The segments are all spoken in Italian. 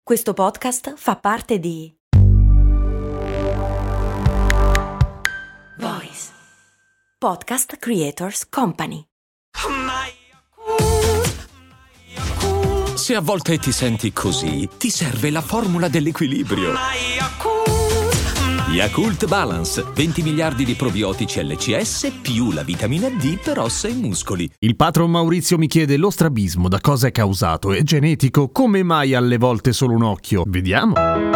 Questo podcast fa parte di Voice Podcast Creators Company. Se a volte ti senti così, ti serve la formula dell'equilibrio. Yakult Balance, 20 miliardi di probiotici LCS più la vitamina D per ossa e muscoli. Il patron Maurizio mi chiede: lo strabismo da cosa è causato? È genetico? Come mai alle volte solo un occhio? Vediamo.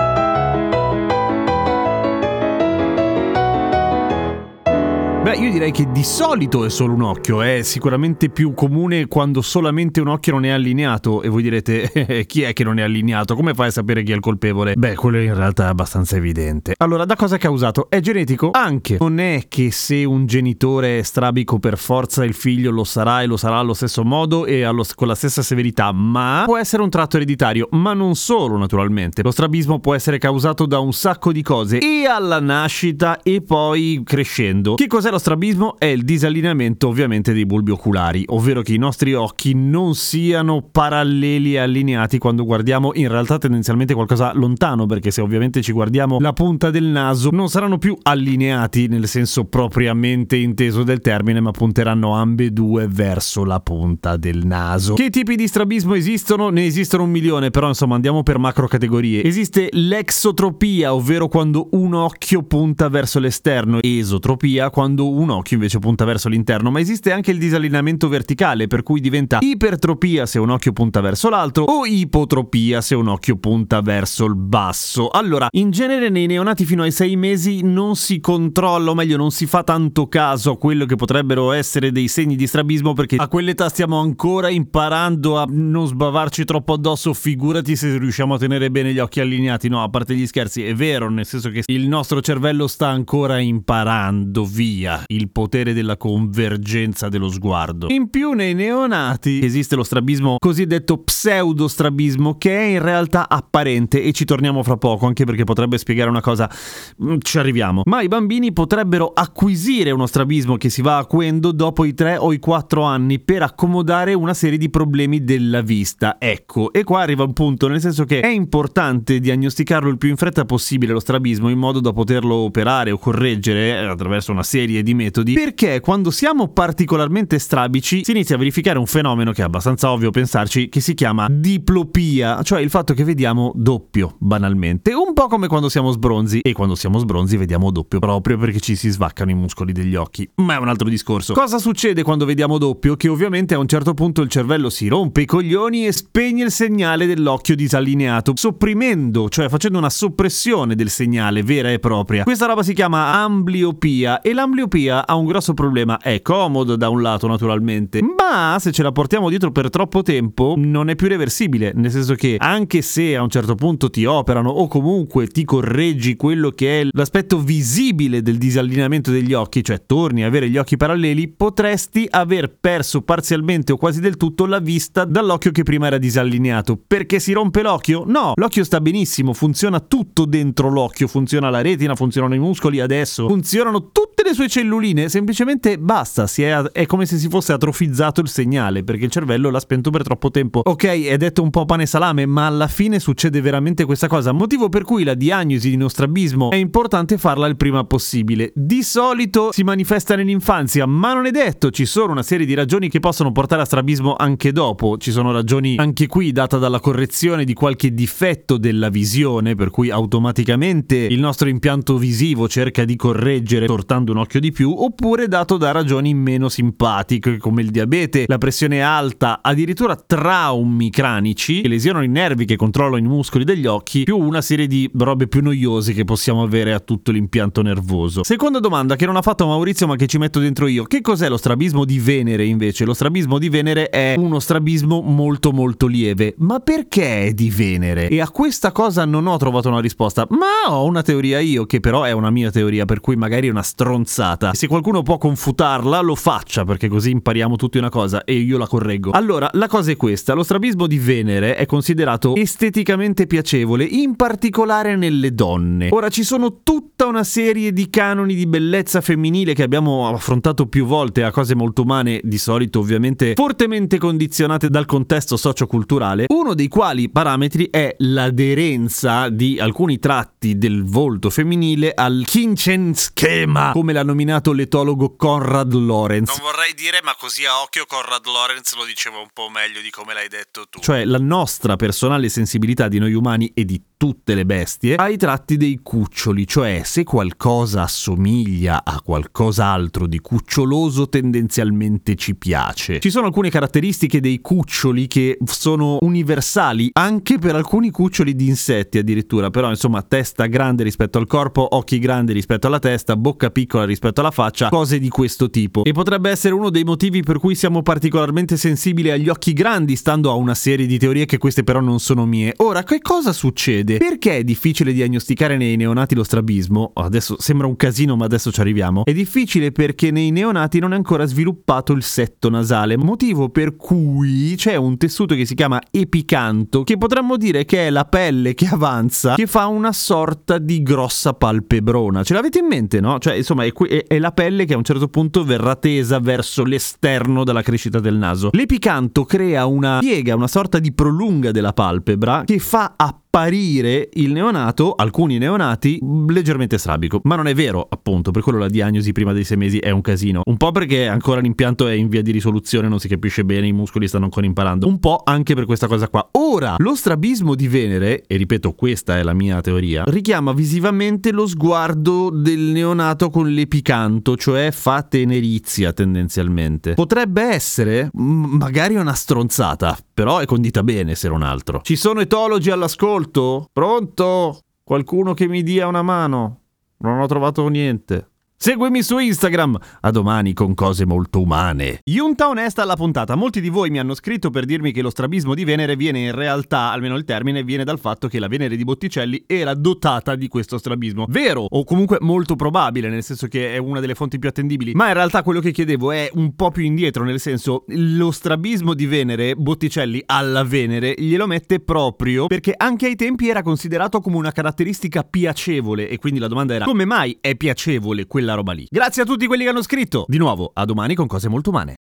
Beh, io direi che di solito è solo un occhio, è sicuramente più comune quando solamente un occhio non è allineato. E voi direte, chi è che non è allineato? Come fai a sapere chi è il colpevole? Beh, quello in realtà è abbastanza evidente. Allora, da cosa è causato? È genetico? Anche. Non è che se un genitore è strabico per forza il figlio lo sarà e lo sarà allo stesso modo e con la stessa severità, ma può essere un tratto ereditario, ma non solo naturalmente. Lo strabismo può essere causato da un sacco di cose, e alla nascita e poi crescendo. Che cos'è lo strabismo? È il disallineamento ovviamente dei bulbi oculari, ovvero che i nostri occhi non siano paralleli e allineati quando guardiamo in realtà tendenzialmente qualcosa lontano, perché se ovviamente ci guardiamo la punta del naso non saranno più allineati nel senso propriamente inteso del termine, ma punteranno ambedue verso la punta del naso. Che tipi di strabismo esistono? Ne esistono 1 milione, però insomma andiamo per macro categorie. Esiste l'exotropia, ovvero quando un occhio punta verso l'esterno, esotropia quando un occhio invece punta verso l'interno, ma esiste anche il disallineamento verticale, per cui diventa ipertropia se un occhio punta verso l'alto o ipotropia se un occhio punta verso il basso. Allora, in genere nei neonati fino ai 6 mesi non si controlla, o meglio non si fa tanto caso a quello che potrebbero essere dei segni di strabismo, perché a quell'età stiamo ancora imparando a non sbavarci troppo addosso, figurati se riusciamo a tenere bene gli occhi allineati. No, a parte gli scherzi, è vero, nel senso che il nostro cervello sta ancora imparando via il potere della convergenza dello sguardo. In più nei neonati esiste lo strabismo cosiddetto pseudostrabismo, che è in realtà apparente, e ci torniamo fra poco anche perché potrebbe spiegare una cosa, ci arriviamo. Ma i bambini potrebbero acquisire uno strabismo che si va acuendo dopo i 3 o i 4 anni per accomodare una serie di problemi della vista. Ecco, e qua arriva un punto, nel senso che è importante diagnosticarlo il più in fretta possibile lo strabismo, in modo da poterlo operare o correggere attraverso una serie di metodi, perché quando siamo particolarmente strabici si inizia a verificare un fenomeno che è abbastanza ovvio pensarci, che si chiama diplopia, cioè il fatto che vediamo doppio, banalmente, un po' come quando siamo sbronzi, e quando siamo sbronzi vediamo doppio proprio perché ci si svaccano i muscoli degli occhi, ma è un altro discorso. Cosa succede quando vediamo doppio? Che ovviamente a un certo punto il cervello si rompe i coglioni e spegne il segnale dell'occhio disallineato, sopprimendo, cioè facendo una soppressione del segnale vera e propria. Questa roba si chiama ambliopia, e l'ambliopia ha un grosso problema. È comodo da un lato naturalmente, ma se ce la portiamo dietro per troppo tempo non è più reversibile, nel senso che anche se a un certo punto ti operano o comunque ti correggi quello che è l'aspetto visibile del disallineamento degli occhi, cioè torni a avere gli occhi paralleli, potresti aver perso parzialmente o quasi del tutto la vista dall'occhio che prima era disallineato. Perché si rompe l'occhio? No, l'occhio sta benissimo, funziona tutto dentro l'occhio, funziona la retina, funzionano i muscoli adesso, funzionano tutte le sue celluline, semplicemente basta, è come se si fosse atrofizzato il segnale perché il cervello l'ha spento per troppo tempo. Ok, è detto un po' pane e salame, ma alla fine succede veramente questa cosa, motivo per cui la diagnosi di uno strabismo è importante farla il prima possibile. Di solito si manifesta nell'infanzia, ma non è detto, ci sono una serie di ragioni che possono portare a strabismo anche dopo. Ci sono ragioni anche qui data dalla correzione di qualche difetto della visione, per cui automaticamente il nostro impianto visivo cerca di correggere tortando un occhio di più, oppure dato da ragioni meno simpatiche come il diabete, la pressione alta, addirittura traumi cranici che lesionano i nervi che controllano i muscoli degli occhi, più una serie di robe più noiose che possiamo avere a tutto l'impianto nervoso. Seconda domanda che non ha fatto Maurizio ma che ci metto dentro io: che cos'è lo strabismo di Venere invece? Lo strabismo di Venere è uno strabismo molto molto lieve. Ma perché è di Venere? E a questa cosa non ho trovato una risposta, ma ho una teoria io, che però è una mia teoria, per cui magari è una stronzata stronzata. Se qualcuno può confutarla, lo faccia, perché così impariamo tutti una cosa e io la correggo. Allora, la cosa è questa: lo strabismo di Venere è considerato esteticamente piacevole, in particolare nelle donne. Ora, ci sono tutta una serie di canoni di bellezza femminile che abbiamo affrontato più volte, a cose molto umane, di solito ovviamente fortemente condizionate dal contesto socioculturale, uno dei quali parametri è l'aderenza di alcuni tratti del volto femminile al Kindchenschema, come l'ha nominato l'etologo Konrad Lorenz. Non vorrei dire, ma così a occhio Konrad Lorenz lo diceva un po' meglio di come l'hai detto tu. Cioè la nostra personale sensibilità di noi umani e di tutte le bestie ai tratti dei cuccioli, cioè se qualcosa assomiglia a qualcos'altro di cuccioloso tendenzialmente ci piace. Ci sono alcune caratteristiche dei cuccioli che sono universali anche per alcuni cuccioli di insetti addirittura, però insomma testa grande rispetto al corpo, occhi grandi rispetto alla testa, bocca piccola rispetto alla faccia, cose di questo tipo. E potrebbe essere uno dei motivi per cui siamo particolarmente sensibili agli occhi grandi, stando a una serie di teorie che queste però non sono mie. Ora, che cosa succede? Perché è difficile diagnosticare nei neonati lo strabismo? Adesso sembra un casino, ma adesso ci arriviamo. È difficile perché nei neonati non è ancora sviluppato il setto nasale, motivo per cui c'è un tessuto che si chiama epicanto, che potremmo dire che è la pelle che avanza, che fa una sorta di grossa palpebrona. Ce l'avete in mente, no? Cioè, insomma, è la pelle che a un certo punto verrà tesa verso l'esterno della crescita del naso. L'epicanto crea una piega, una sorta di prolunga della palpebra che fa apparire il neonato, alcuni neonati, leggermente strabico. Ma non è vero, appunto, per quello la diagnosi prima dei 6 mesi è un casino. Un po' perché ancora l'impianto è in via di risoluzione, non si capisce bene, i muscoli stanno ancora imparando. Un po' anche per questa cosa qua. Ora, lo strabismo di Venere, e ripeto, questa è la mia teoria, richiama visivamente lo sguardo del neonato con l'epicanto, cioè fa tenerizia tendenzialmente. Potrebbe essere magari una stronzata, però è condita bene se non altro. Ci sono etologi all'ascolto? Pronto? Qualcuno che mi dia una mano? Non ho trovato niente. Seguimi su Instagram, a domani con cose molto umane. Giunta onesta alla puntata. Molti di voi mi hanno scritto per dirmi che lo strabismo di Venere viene in realtà, almeno il termine, viene dal fatto che la Venere di Botticelli era dotata di questo strabismo. Vero, o comunque molto probabile, nel senso che è una delle fonti più attendibili. Ma in realtà quello che chiedevo è un po' più indietro, nel senso, lo strabismo di Venere, Botticelli alla Venere, glielo mette proprio perché anche ai tempi era considerato come una caratteristica piacevole, e quindi la domanda era: come mai è piacevole quella roba lì? Grazie a tutti quelli che hanno scritto. Di nuovo, a domani con cose molto umane.